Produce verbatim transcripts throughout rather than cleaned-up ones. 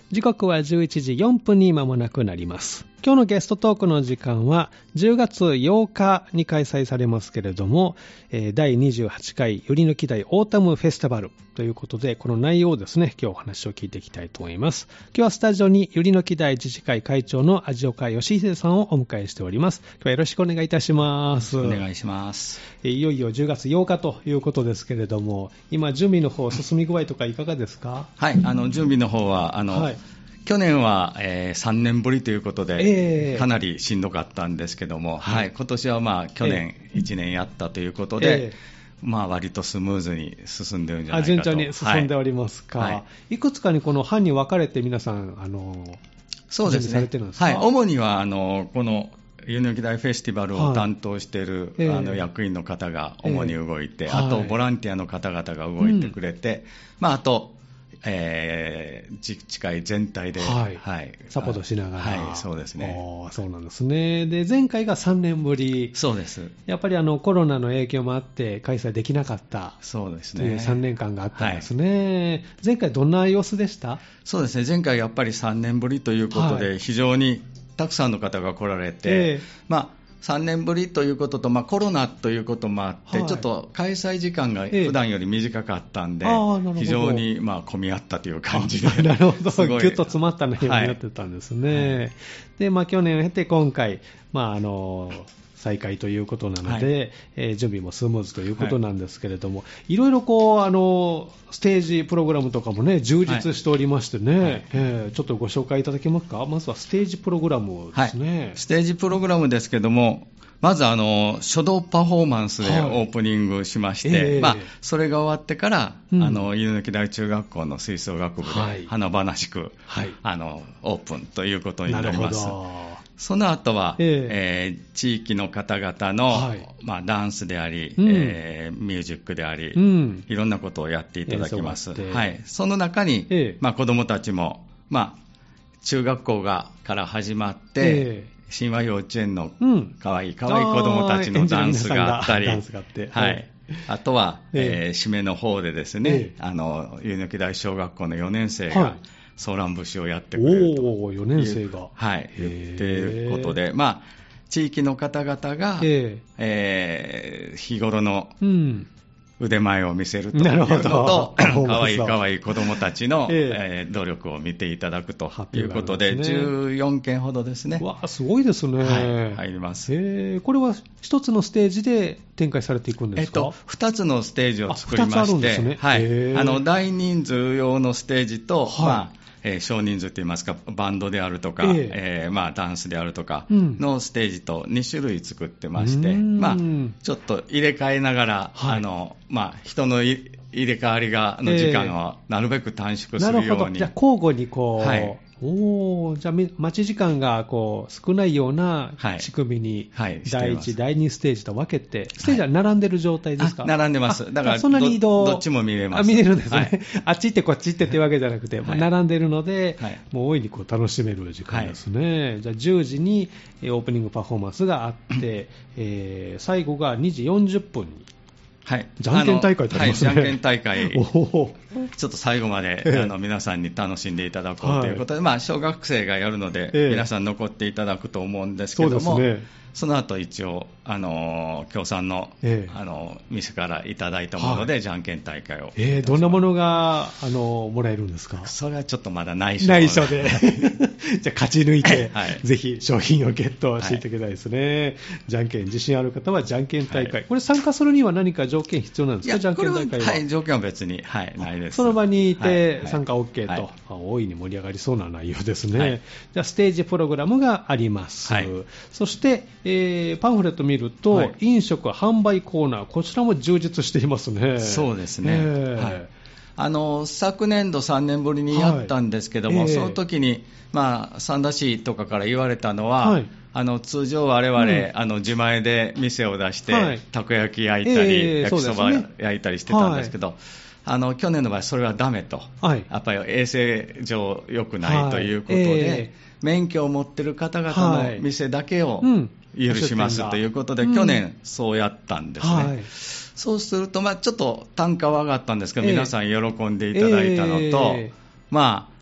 時刻はじゅういちじよんぷんに間もなくなります。今日のゲストトークの時間はじゅうがつようかに開催されますけれども、えー、だいにじゅうはちかいゆりぬき大オータムフェスティバルということで、この内容をですね、今日お話を聞いていきたいと思います。今日はスタジオにゆりぬき大自治会会長の味岡義秀さんをお迎えしております。今日はよろしくお願いいたします。 お願いします。 いよいよじゅうがつようかということですけれども、今準備の方進み具合とかいかがですか？ はい、あの準備の方はあの、はい、去年は、えー、さんねんぶりということで、えー、かなりしんどかったんですけども、はいはい、今年はまあ去年いちねんやったということで、えーまあ、割とスムーズに進んでるんじゃないかと。 順調に進んでおりますか。はいはい、いくつかにこの班に分かれて皆さんあのそうですね、 準備されてるんですか？ はい、主にはあのこのゆりぬき大フェスティバルを担当している、はい、あの役員の方が主に動いて、えー、あとボランティアの方々が動いてくれて、はい、まあ、あとえー、自治会全体で、 はいはい、サポートしながら、 はい、そうですね。 そうなんですね。で、前回がさんねんぶり。 そうです。 やっぱりあのコロナの影響もあって開催できなかった。 そうですね。 というさんねんかんがあったんですね。はい、前回どんな様子でした？ そうですね。前回やっぱりさんねんぶりということで、はい、非常にたくさんの方が来られて、えー、まあさんねんぶりということと、まあ、コロナということもあって、はい、ちょっと開催時間が普段より短かったんで、ええ、非常にまあ混み合ったという感じで、 なるほど、ぎゅっと詰まった内容になってたんですね。はい、で、まあ、去年を経て今回、まあ、あの再開ということなので、はい、えー、準備もスムーズということなんですけれども、はい、いろいろこうあのステージプログラムとかもね充実しておりましてね、はい、えー、ちょっとご紹介いただけますか？まずはステージプログラムですね。 はい、ステージプログラムですけども、まずあの書道パフォーマンスでオープニングしまして、はい、えーまあ、それが終わってから、うん、あのゆりぬき大中学校の吹奏楽部で華々しく、はい、あのオープンということになります。その後は、えーえー、地域の方々の、はい、まあ、ダンスであり、うん、えー、ミュージックであり、うん、いろんなことをやっていただきます。はい、その中に、えーまあ、子どもたちも、まあ、中学校がから始まって、えー神話幼稚園のかわいいかわいい子どもたちのダンスがあったり、はい、あとは、えーえー、締めの方でですね、えー、あのゆりぬき大小学校のよねん生がソーラン節をやってくれるという、 おー、よねん生が、 はい、言っていることで、まあ、地域の方々が、えーえー、日頃の、うん、腕前を見せるというのと、かわいいかわいい子どもたちの、えー、努力を見ていただくということで、ね、じゅうよんけんほどですね。 わあ、すごいですね。 はい、入ります。 えー、これは一つのステージで展開されていくんですか？ えっと、二つのステージを作りまして、ね、はい、あの大人数用のステージと、はい、まあえー、少人数といいますか、バンドであるとか、えーえーまあ、ダンスであるとかのステージとにしゅるい作ってまして、うん、まあ、ちょっと入れ替えながら、はい、あのまあ、人の入れ替わりがの時間をなるべく短縮するように、 えー、なるほど。じゃあ交互にこう、はい、おじゃあ待ち時間がこう少ないような仕組みに、はいはい、だいいち、だいにステージと分けて、ステージは並んでる状態ですか？ はい、並んでます。だからそんなに移動ど, どっちも見れます。 あ、見れるんですね。はい、あっち行ってこっち行ってってわけじゃなくて、はい、並んでるので、はい、もう大いにこう楽しめる時間ですね。はい、じゃあじゅうじにオープニングパフォーマンスがあって、えー、最後がにじよんじゅっぷんに。 はい、 じゃんけん大会ってありますね。 はい、じゃんけん大会、ちょっと最後まで、ええ、あの皆さんに楽しんでいただこうということで、はい、まあ、小学生がやるので、ええ、皆さん残っていただくと思うんですけども、そうですね、その後一応、あの協賛の、ええ、あの店からいただいたもので、はい、じゃんけん大会を、 えー、どんなものがあのもらえるんですか？ それはちょっとまだ内緒内緒でじゃあ勝ち抜いて、はい、ぜひ商品をゲットしていただきたいですね。はい、じゃんけん自信ある方はじゃんけん大会、はい、これ参加するには何か条件必要なんですか？ いや、 じゃんけん大会は、 はい、条件は別に、はい、ないです。 その場にいて参加 OK と、はいはい、大いに盛り上がりそうな内容ですね。はい、じゃあステージプログラムがあります。はい、そして、えー、パンフレット見ると、はい、飲食販売コーナー、こちらも充実していますね。 そうですね。はい、あの昨年度さんねんぶりにやったんですけども、はい、えー、その時に、まあ、三田市とかから言われたのは、はい、あの通常我々、うん、あの自前で店を出して、はい、たこ焼き焼いたり、えー、焼きそば焼いたりしてたんですけど、はい、あの去年の場合それはダメと、はい、やっぱり衛生上良くないということで、はい、えー、免許を持っている方々の店だけを許しますということで、うん、去年そうやったんですね。はい、そうすると、まあ、ちょっと単価は上がったんですけど、えー、皆さん喜んでいただいたのと、えー、まあ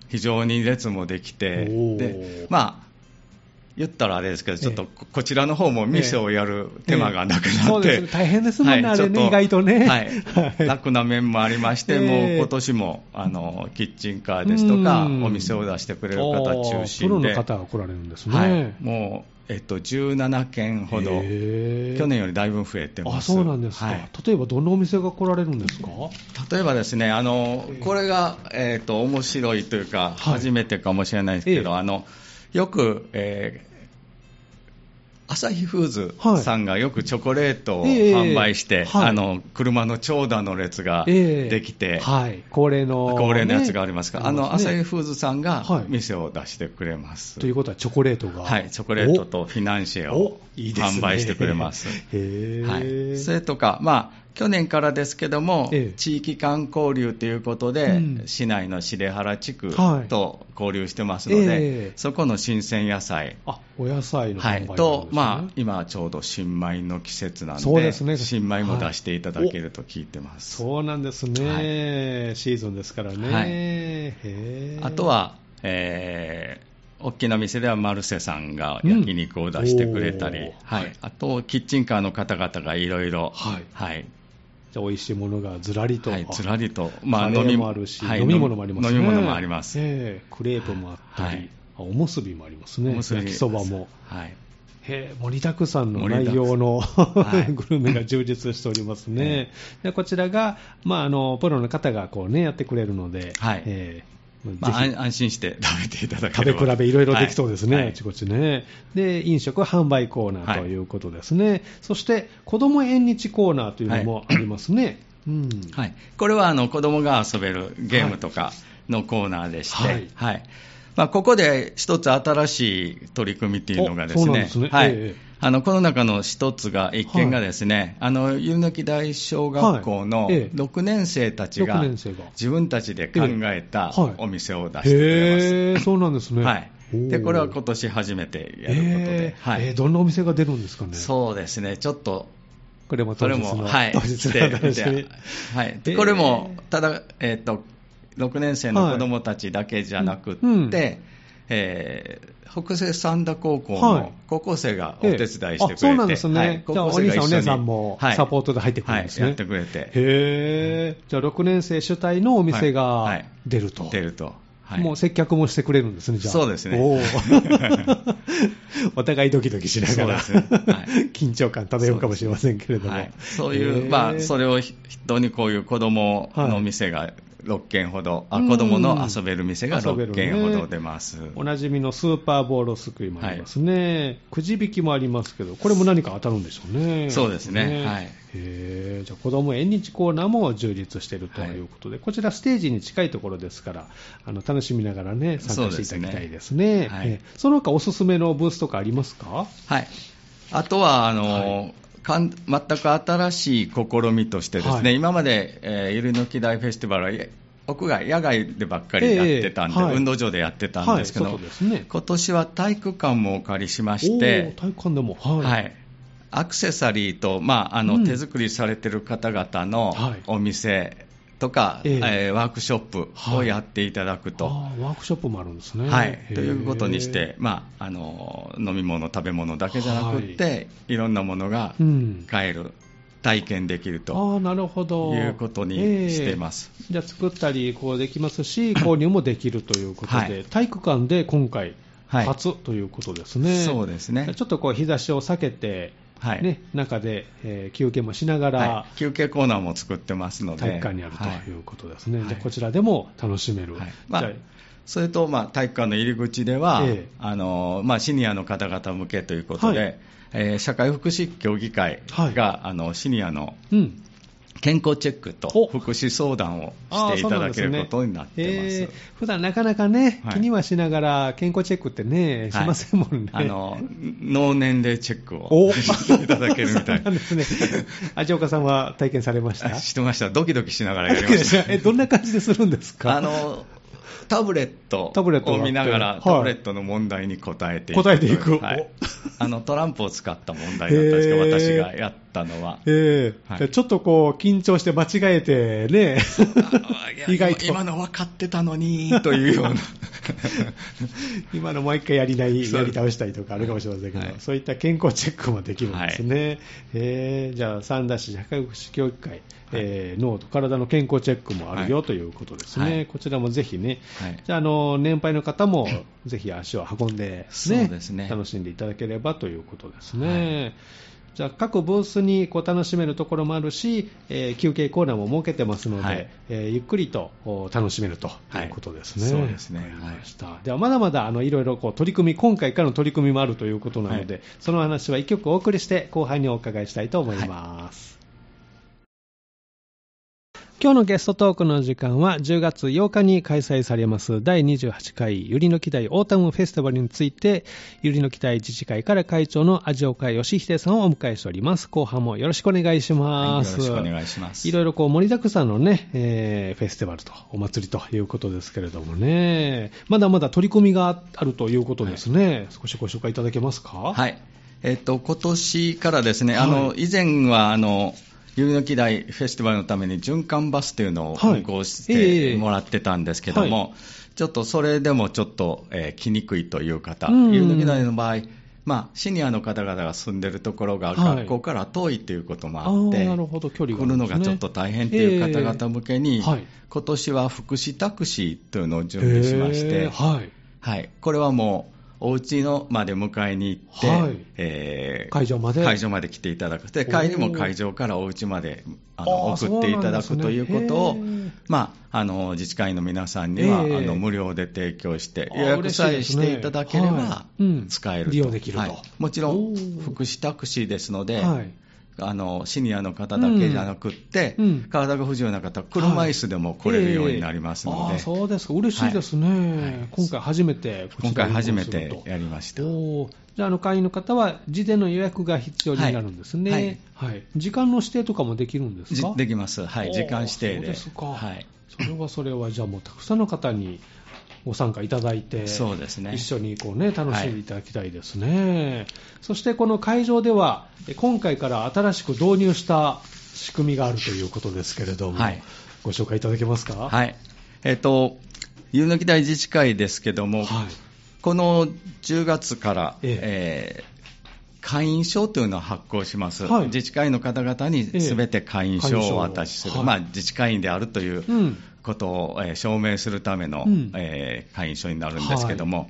非常に列もできて、でまあ言ったらあれですけど、ちょっとこちらの方も店をやる手間がなくなって、ええええ、そうですね、 大変ですもんね、はい、あれね、意外とね、 はい、楽な面もありまして、ええ、もう今年もあのキッチンカーですとか、お店を出してくれる方中心で、 プロの方が来られるんですね。 はい、もうえっと、じゅうななけんほど、去年よりだいぶ増えてます。 あ、そうなんですか、はい、例えばどんなお店が来られるんですか？ 例えばですね、あのこれが、えー、と面白いというか、はい、初めてかもしれないですけど、えー、あのよく、えーアサヒフーズさんがよくチョコレートを販売して、はい、あの車の長蛇の列ができて、 えーはい、恒例の、 恒例のやつがありますから、ね、あのアサヒフーズさんが店を出してくれます、 はい、ということはチョコレートが、 はい、チョコレートとフィナンシェを販売してくれます。 いいですね、 はい、それとか、まあ去年からですけども、ええ、地域間交流ということで、うん、市内の白原地区と交流してますので、はいえ、そこの新鮮野菜、 あ、お野菜の販売なんですね、 はい、と、まあ、今ちょうど新米の季節なんで、そうですね、新米も出していただけると聞いてます。 はい、そうなんですね、はい、シーズンですからね。はい、へあとは、えー大きな店ではマルセさんが焼肉を出してくれたり、うんはい、あとキッチンカーの方々がいろいろ、はいはい、 じゃあ美味しいものがずらりと、 はい、ずらりと、 まあ、飲みもあるし、はい、飲み物もありますね。 飲み物もあります、 えー、クレープもあったり、はい、おむすびもありますね、焼きそばも、はい、へ盛りだくさんの内容の、はい、グルメが充実しておりますね、でこちらが、まあ、あのプロの方がこう、ね、やってくれるので、はいえーまあ、安心して食べていただければ、 食べ比べいろいろできそうですね、はい、あちこちね。で飲食販売コーナーということですね、はい、そして子ども縁日コーナーというのもありますね、はいうんはい、これはあの子どもが遊べるゲームとかのコーナーでして、はいはいまあ、ここで一つ新しい取り組みというのがですね、すねはいええあのこの中の一つが、一件がですね、はい、あのゆるぬき大小学校のろくねん生たちが自分たちで考えたお店を出してくれます。 へー、そうなんですね。 はい。でこれは今年初めてやることで、 えーはいえー、どんなお店が出るんですかね。 そうですね、ちょっとこれも当日の、 はい、 当日の話はいえー、これもただ、えー、とろくねん生の子どもたちだけじゃなくって、はいうんえー、北勢三田高校の高校生がお手伝いしてくれて、はい、 そうなんですね、はい、じゃあお兄さんお姉さんもサポートで入ってくるんですね、 はいはい、やってくれて、 へー、じゃあろくねん生主体のお店が出ると、 はいはい、出るとはい、もう接客もしてくれるんですね、じゃあ。 そうですね。 お, お互いドキドキしながら、そうですねはい、緊張感漂うかもしれませんけれども。 そう、はい、そういう、まあ、それを筆頭にこういう子供の店がろっけんほど、はい、あ子供の遊べる店がろっけんほど出ます、ね。 おなじみのスーパーボールすくいもありますね、はい、くじ引きもありますけど、これも何か当たるんでしょうね。 そうですね。 ねはい、 へじゃあ子ども縁日コーナーも充実しているということで、はい、こちらステージに近いところですから、あの楽しみながら、ね、参加していただきたいですね。そ, すね、はい、その他おすすめのブースとかありますか。 はい、あとはあの、はいかん全く新しい試みとしてですね、はい、今まで、えー、ゆるぬき大フェスティバルは屋外、野外でばっかりやってたんで、えーはい、運動場でやってたんですけど、はいですね、今年は体育館もお借りしまして、 体育館でも、はいはい、アクセサリーと、まあ、あの、うん、手作りされてる方々のお店とか、えーえー、ワークショップをやっていただくと、 はい、あワークショップもあるんですね。 はい、ということにして、まあ、あの飲み物、食べ物だけじゃなくって、はい、いろんなものが買える、うん、体験できるとあなるほどいうことにしています、 えー、じゃあ作ったりこうできますし購入もできるということで、はい、体育館で今回初ということですね、 はい、そうですね。 ちょっとこう日差しを避けてはいね、中で、えー、休憩もしながら、はい、休憩コーナーも作ってますので体育館にあるということですね、はい、じゃあこちらでも楽しめる、はいまあ、 じゃあそれと、まあ、体育館の入り口では、えーあのまあ、シニアの方々向けということで、はいえー、社会福祉協議会が、はい、あのシニアの健康チェックと福祉相談をしていただけることになっています。 えー、普段なかなかね、はい、気にはしながら健康チェックってね、しませんもんね。 はい、あの脳年齢チェックをしていただけるみたいなんですね。味岡さんは体験されました？ してました。ドキドキしながらやりました。 えどんな感じでするんですか？ あのタブレットを見ながら、タブレットの問題に答えていく。 答えていく。 はい、あのトランプを使った問題だったんですけど、私がやって、 ったのは。 えーはい、ちょっとこう緊張して間違えてね、意外と今の分かってたのにというような今のもう一回やりないやり倒したりとかあるかもしれませんけど、はい、そういった健康チェックもできるんですね。はい、えー、じゃあ三田市社会福祉協議会、はい、えー、脳と体の健康チェックもあるよ、はい、ということですね。はい、こちらもぜひね、はい、じゃあ、あの年配の方もぜひ足を運んで、ね、 そうですね、 楽しんでいただければということですね。はい、じゃあ各ブースにこう楽しめるところもあるし、えー、休憩コーナーも設けてますので、はい、えー、ゆっくりと楽しめるということですね。はい、 そうですね。 わかりました。はい、ではまだまだあのいろいろこう取り組み、今回からの取り組みもあるということなので、はい、その話はいっきょくお送りして後半にお伺いしたいと思います。はい、今日のゲストトークの時間はじゅうがつようかに開催されますだいにじゅうはちかいゆりのき台オータムフェスティバルについて、ゆりのき台自治会から会長の味岡義秀さんをお迎えしております。後半もよろしくお願いします。 はい、よろしくお願いします。 いろいろこう盛りだくさんのね、えー、フェスティバルとお祭りということですけれどもね、まだまだ取り組みがあるということですね。はい、少しご紹介いただけますか。 はい、えっと今年からですね、あの、はい、以前はあのゆりのき台フェスティバルのために循環バスというのを運行してもらってたんですけども、はいえーはい、ちょっとそれでもちょっと、えー、来にくいという方、ゆりのき台の場合、まあ、シニアの方々が住んでるところが学校から遠いということもあって、はい、 なるほど、距離があ来るのがちょっと大変という方々向けに、えーはい、今年は福祉タクシーというのを準備しまして、えーはいはい、これはもうお家のまで迎えに行って、はいえー、 会場まで会場まで来ていただく。で、帰りも会場からお家まであの送っていただくということを、まあ、あの自治会の皆さんにはあの無料で提供して、予約さえしていただければ、はいうん、使えると。 利用できると。 はい、もちろん福祉タクシーですので、はいあのシニアの方だけじゃなくって、うん、体が不自由な方、車椅子でも来れるようになりますので、はいえー、 あそうですか、嬉しいですね、はい、今回初めてこちらに今回初めてやりました。 おじゃあ、あの会員の方は事前の予約が必要になるんですね、はいはいはい、時間の指定とかもできるんですか。 できます、はい、時間指定で。 そうですか、はい、それはそれはじゃあもうたくさんの方にご参加いただいて、 そうですね、 一緒にこう、ね、楽しんでいただきたいですね、はい、そしてこの会場では今回から新しく導入した仕組みがあるということですけれども、はい、ご紹介いただけますか。 はい、えーと、ゆりのき台自治会ですけども、はい、このじゅうがつから、えええー会員証というのを発行します、はい、自治会の方々にすべて会員証をお渡しする、ええはいまあ、自治会員であるということを、えー、証明するための、うんえー、会員証になるんですけども、はい、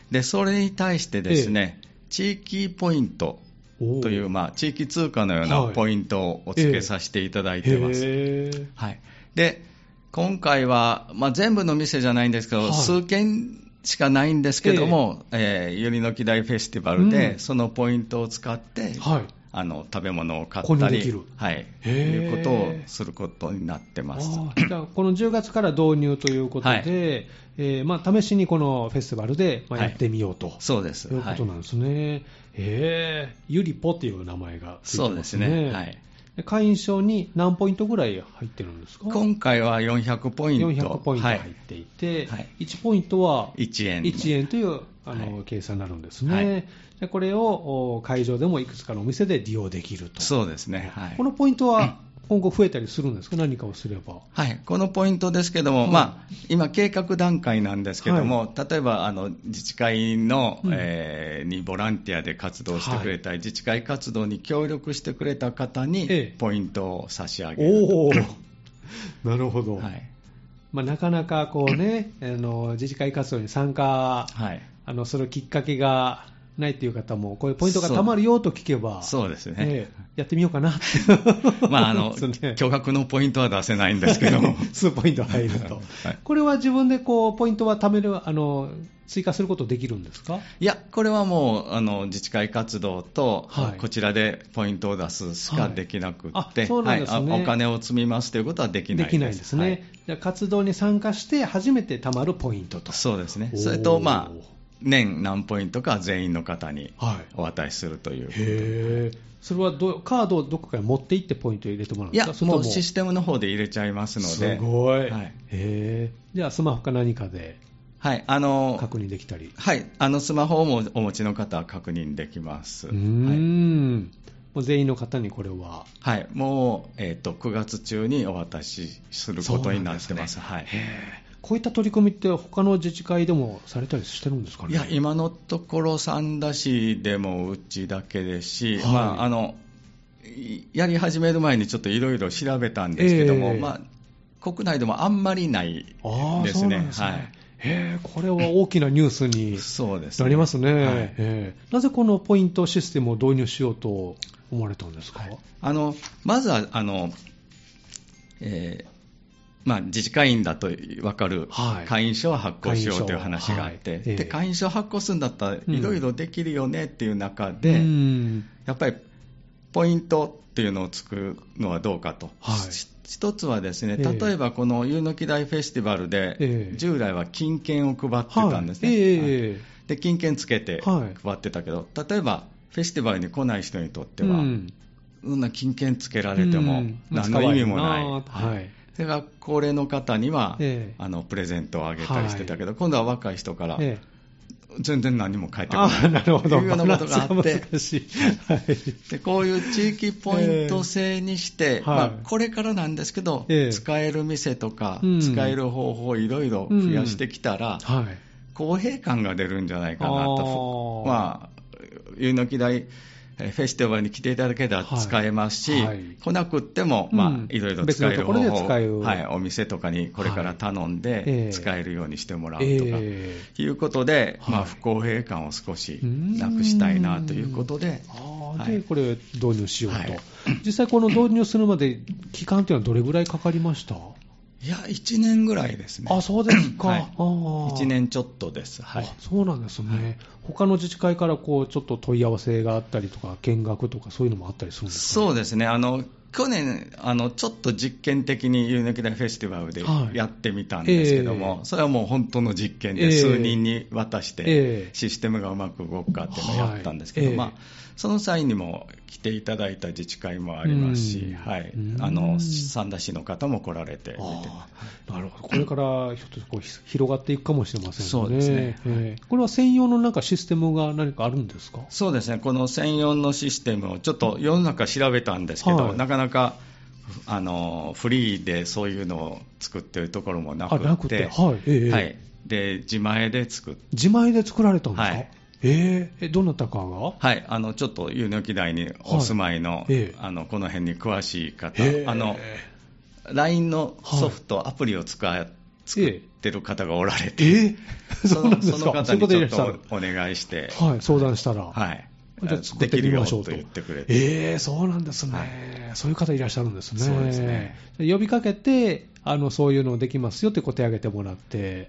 でそれに対してですね、ええ、地域ポイントという、まあ、地域通貨のようなポイントをお付けさせていただいています、ええはい、で今回は、まあ、全部の店じゃないんですけど、はい、数件しかないんですけども、えーえー、ゆりのき台フェスティバルで、うん、そのポイントを使って、はい、あの食べ物を買ったり、はい、いうことをすることになってます。 あじゃあこのじゅうがつから導入ということで、はいえーまあ、試しにこのフェスティバルで、まあ、やってみようと、はい、 そうですいうことなんですね。はい、えー、ゆりぽという名前がついてますね。 そうですね、はい会員証に何ポイントぐらい入ってるんですか。 今回はよんひゃくポイント。 よんひゃくポイント入っていて、はい、いちポイントはいちえん。 いちえんというあの、はい、計算になるんですね。はい、でこれを会場でもいくつかのお店で利用できると。 そうですね。はい、 このポイントは今後増えたりするんですか、何かをすれば。 はい、このポイントですけども、はいまあ、今、計画段階なんですけども、はい、例えばあの自治会の、うんえー、にボランティアで活動してくれたり、はい、自治会活動に協力してくれた方にポイントを差し上げる、ええ、 おーなるほど、はいまあ、なかなかこう、ね、あの自治会活動に参加、はい、あのするきっかけがないという方も、こういうポイントがたまるよと聞けば、 そうですね、 えー、やってみようかなって、 まああのね、巨額のポイントは出せないんですけども、 数ポイント入ると、はい、これは自分でこうポイントは貯める、あの追加することできるんですか。 いや、これはもうあの自治会活動と、はい、こちらでポイントを出すしかできなくって、はいはい、お金を積みますということはできないです。 できないですね、はい、じゃあ活動に参加して初めて貯まるポイントと。 そうですね。それとまあ年何ポイントか全員の方にお渡しするという、はい、 へーそれはどカードをどこかに持って行ってポイントを入れてもらうんですか。 いや、もうシステムの方で入れちゃいますので。 すごい、はい、へーじゃあスマホか何かではい、あの確認できたり。 はい、あのスマホをお持ちの方は確認できます。うーん、はいもう全員の方にこれは、 はい、もう、えー、とくがつ中にお渡しすることになってます。はい、 こういった取り組みって他の自治会でもされたりしてるんですかね。 いや、今のところ三田市でもうちだけですし、はい、まあ、あのやり始める前にちょっといろいろ調べたんですけども、えーまあ、国内でもあんまりないですね。ですね、はい、 へこれは大きなニュースになりますね。はい、えー、なぜこのポイントシステムを導入しようと思われたんですか。はい、 あのまずはあの、えーまあ、自治会員だと分かる会員証を発行しようという話があって、はい、で会員証を発行するんだったらいろいろできるよねっていう中で、うん、やっぱりポイントっていうのを作るのはどうかと、はい、一つはですね、例えばこのゆうのき大フェスティバルで従来は金券を配ってたんですね、はい、で金券つけて配ってたけど、例えばフェスティバルに来ない人にとっては、うん、そんな金券つけられても何の意味もない、うんはい、それから高齢の方には、えー、あのプレゼントをあげたりしてたけど、はい、今度は若い人から、えー全然何も返ってこない。 なるほど。 というようなことがあって、 難しい。はい、 でこういう地域ポイント制にして、えーまあ、これからなんですけど、えー、使える店とか、うん、使える方法をいろいろ増やしてきたら、うんはい、公平感が出るんじゃないかなと。あまあ、ゆうのき大フェスティバルに来ていただけたら使えますし、はいはい、来なくっても、まあうん、いろいろ使える方法を、はい、お店とかにこれから頼んで使えるようにしてもらうとか、えー、いうことで、まあ、不公平感を少しなくしたいなということで、 あでこれ導入しようと、はい、実際この導入するまで期間というのはどれぐらいかかりました？ いや、いちねんぐらいですね。 あ、そうですか。はい、 あいちねんちょっとです。はい、 あそうなんですね。はい、他の自治会からこうちょっと問い合わせがあったりとか、見学とかそういうのもあったりするんですか、ね、 そうですね。あの去年あの、ちょっと実験的にゆうのき大フェスティバルでやってみたんですけども、はいえー、それはもう本当の実験で、数人に渡して、システムがうまく動くかっていうのをやったんですけど、はいえーまあ、その際にも来ていただいた自治会もありますし、はい、あの三田市の方も来られて見てます。 なるほど、これからひょっとこう広がっていくかもしれませんね。 そうですね、 えー、これは専用のなんかシステムが何かあるんですか？ そうですね、この専用のシステムをちょっと世の中調べたんですけど、はい、なかなかあのフリーでそういうのを作っているところもなくて、あなくて、はいえーはい、で自前で作って自前で作られたんですか？はいえー、どなたかがはい、あのちょっとゆうのき大にお住まいの、はいえー、あのこの辺に詳しい方、えー、あの ライン のソフト、はい、アプリを使っ作ってる方がおられて、えー、そのその方にちょっとお願いして、 はい、相談したら、 はい、 じゃあ作ってみましょうとできるよと言ってくれて、 えー、そうなんですね、はい、そういう方いらっしゃるんですね。 そうですね。 呼びかけてあのそういうのできますよって答え上げてもらって、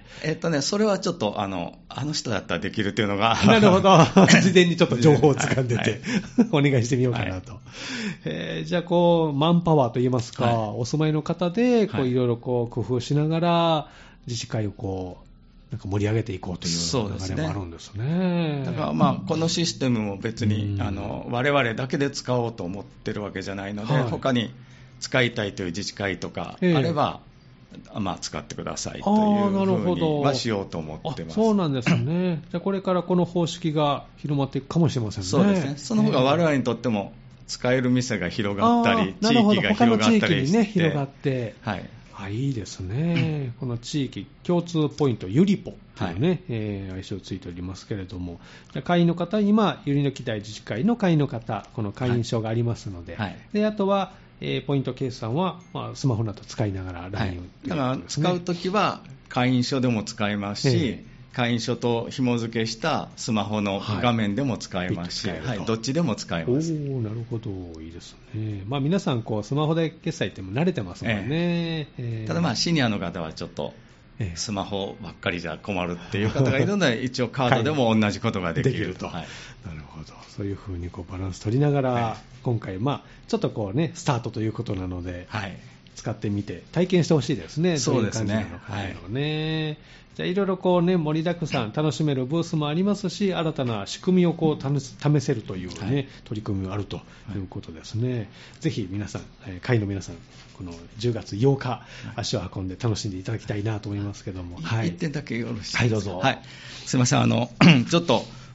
えっとね、それはちょっとあのあの人だったらできるっていうのがなるほど事前にちょっと情報をつかんでて、はいはい、お願いしてみようかなと、はいえー、じゃあこうマンパワーといいますか、はい、お住まいの方でこういろいろこう工夫しながら自治会をこうなんか盛り上げていこうという流れもあるんですね。 だからまあこのシステムも別にあの我々だけで使おうと思ってるわけじゃないので、はい、他に使いたいという自治会とかあれば、えーまあ、使ってくださいというふうにはしようと思ってます。 そうなんですね。じゃあこれからこの方式が広まっていくかもしれませんね。 そうですね。その方が我々にとっても使える店が広がったり、地域が広がったりして、他の地域にね広がって、はいあいいですね、この地域共通ポイントゆりぽというね、はいえー、愛称ついておりますけれども、会員の方に今ゆりのき大自治会の会員の方この会員証がありますので、はい、であとは、えー、ポイント計算は、まあ、スマホなど使いながら ライン を、はい、 だから使うときは会員証でも使えますし、えー会員証と紐付けしたスマホの画面でも使えますし、はいはい、どっちでも使えます。 おなるほどいいですね。まあ、皆さんこうスマホで決済っても慣れてますもんね、えーえー、ただまあシニアの方はちょっとスマホばっかりじゃ困るっていう方がいるので一応カードでも同じことができる、はい、できると、はい、 なるほどそういうふうにこうバランス取りながら、はい、今回、まあ、ちょっとこうねスタートということなので、はい、使ってみて体験してほしいですね。 そうですね。 どういう感じなのかというのをね、はいじゃあいろいろこうね盛りだくさん楽しめるブースもありますし新たな仕組みをこう試せるというね、はい、取り組みがあるということですね、はい、ぜひ皆さん会員の皆さんこのじゅうがつようか、はい、足を運んで楽しんでいただきたいなと思いますけども、 はい、いってんだけよろしいですか。 はいどうぞ、 はい、すいませんあのちょっと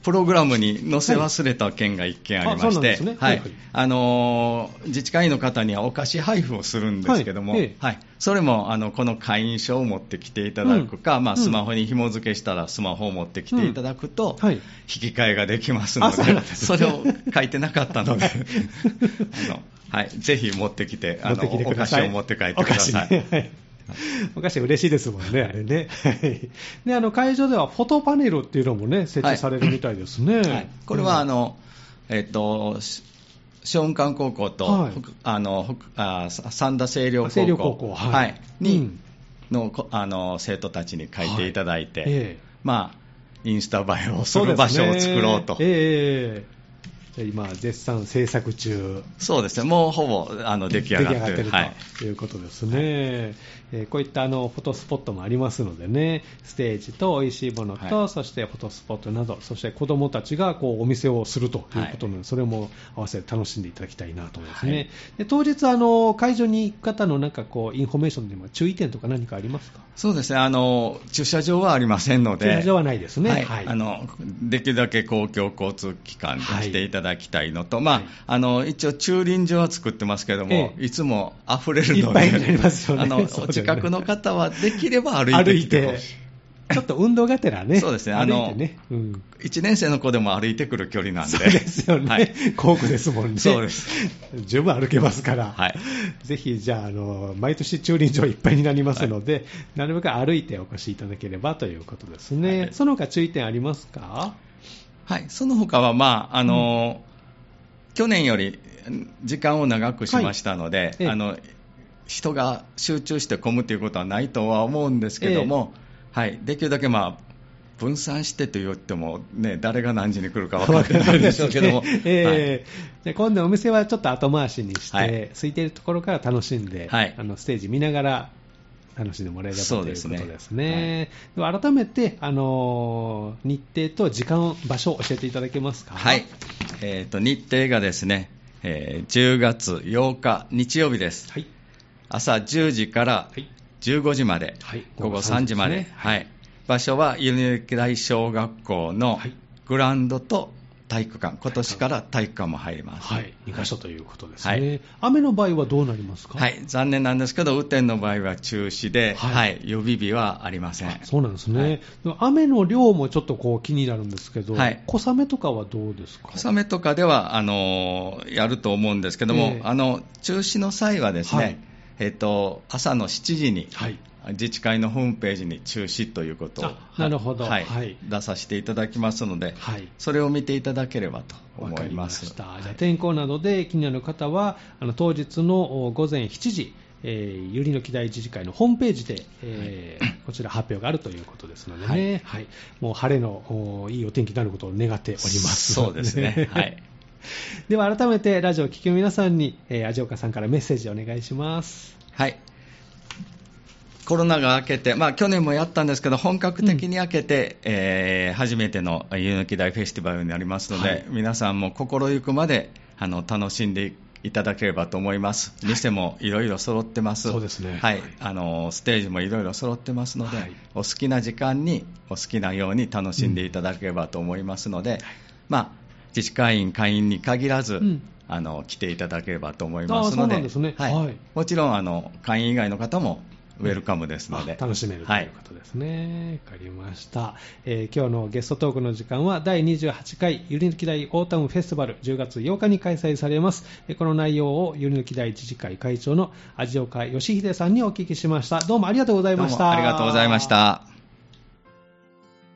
プログラムに載せ忘れた件がいっけんありまして、あの自治会員の方にはお菓子配布をするんですけども、はいええはい、それもあのこの会員証を持ってきていただくか、うんまあ、スマホに紐付けしたらスマホを持ってきていただくと、うんはい、引き換えができますの で, そ, で、ね、それを書いてなかったのであの、はい、ぜひ持ってきてあのお菓子を持って帰ってください。 お菓子嬉しいですもんね、あれね。で、あの会場ではフォトパネルっていうのもね、設置されるみたいですね。はいはい、 これはあの、えっと、松雲館高校と、はい、あのあ三田清涼高校、清涼高校はいはい、に、うん、の, あの生徒たちに書いていただいて、はいえー、まあ、インスタ映えをする場所を作ろうと。 今、絶賛制作中。 そうですね、もうほぼあの出来上がって る, 出来上がってる、はい、ということですね。はいえー、こういったあのフォトスポットもありますのでね、ステージと美味しいものと、はい、そしてフォトスポットなど、そして子どもたちがこうお店をするということなので、はい、それも合わせて楽しんでいただきたいなと思いますね。はい、で当日あの、会場に行く方のなんかこうインフォメーションでも注意点とか何かありますか？ そうですね、あの駐車場はありませんので、 駐車場はないですね。はいはい、 あのできるだけ公共交通機関で来ていただきたいのと、はいまあはい、あの一応駐輪場は作ってますけども、ええ、いつも溢れるので、いっぱいになりますよね。あのお近くの方はできれば歩いてきてほしい。 ちょっと運動がてらね。 そうですね。あの、ねうん、いちねん生の子でも歩いてくる距離なんで。 そうですよね。はい、校区ですもんね。 そうです。 十分歩けますから。はい、ぜひ、じゃあ、あの、毎年駐輪場いっぱいになりますので、はい、なるべく歩いてお越しいただければということですね。はい、その他注意点ありますか？ はい。その他は、まあ、あの、うん去年より時間を長くしましたので、はいええ、あの人が集中して混むということはないとは思うんですけども、えはい、できるだけ、まあ、分散してと言っても、ね、誰が何時に来るか分からないでしょうけども、 えーはい、今度お店はちょっと後回しにして、はい、空いているところから楽しんで、はい、あのステージ見ながら楽しんでもらえればということですね。ですねはい、で改めて、あのー、日程と時間、場所を教えていただけますか？ はい、えー、と日程がですね、えー、じゅうがつようか日曜日です。はい、朝じゅうじからじゅうごじまで、はい、午後さんじまで、ねはい、場所はゆりぬき台小学校のグラウンドと体育館、今年から体育館も入ります、 はい、にかしょということですね、はい、雨の場合はどうなりますか？ はい、残念なんですけど雨天の場合は中止で、はいはい、予備日はありません。 そうなんですね、はい、でも雨の量もちょっとこう気になるんですけど、はい、小雨とかはどうですか？ 小雨とかではあのやると思うんですけども、えー、あの中止の際はですね、はいえー、と朝のしちじに、はい自治会のホームページに中止ということをなるほど、 はいはい、出させていただきますので、はい、それを見ていただければと思います。 わかりました。じゃあ天候などで気になる方はあの当日のごぜんしちじ、えー、ゆりのき台自治会のホームページで、えーはい、こちら発表があるということですのでね、はいはい、もう晴れのいいお天気になることを願っております。 そうですね、はい、 では改めてラジオを聴きの皆さんに、えー、味岡さんからメッセージをお願いします。 はいコロナが明けて、まあ、去年もやったんですけど本格的に明けて、うんえー、初めてのゆりのき台フェスティバルになりますので、はい、皆さんも心ゆくまであの楽しんでいただければと思います。店もいろいろ揃ってます。 そうですね、 はい、あのステージもいろいろ揃ってますので、はい、お好きな時間にお好きなように楽しんでいただければと思いますので、うんまあ、自治会員会員に限らず、うんあの来ていただければと思いますので、もちろんあの会員以外の方もウェルカムですので、 楽しめるということですね。わ、はい、かりました、えー、今日のゲストトークの時間はだいにじゅうはちかいゆりぬき台オータムフェスティバルじゅうがつようかに開催されます。この内容をゆりぬき台自治会会長の味岡義秀さんにお聞きしました。どうもありがとうございました。 どうもありがとうございました。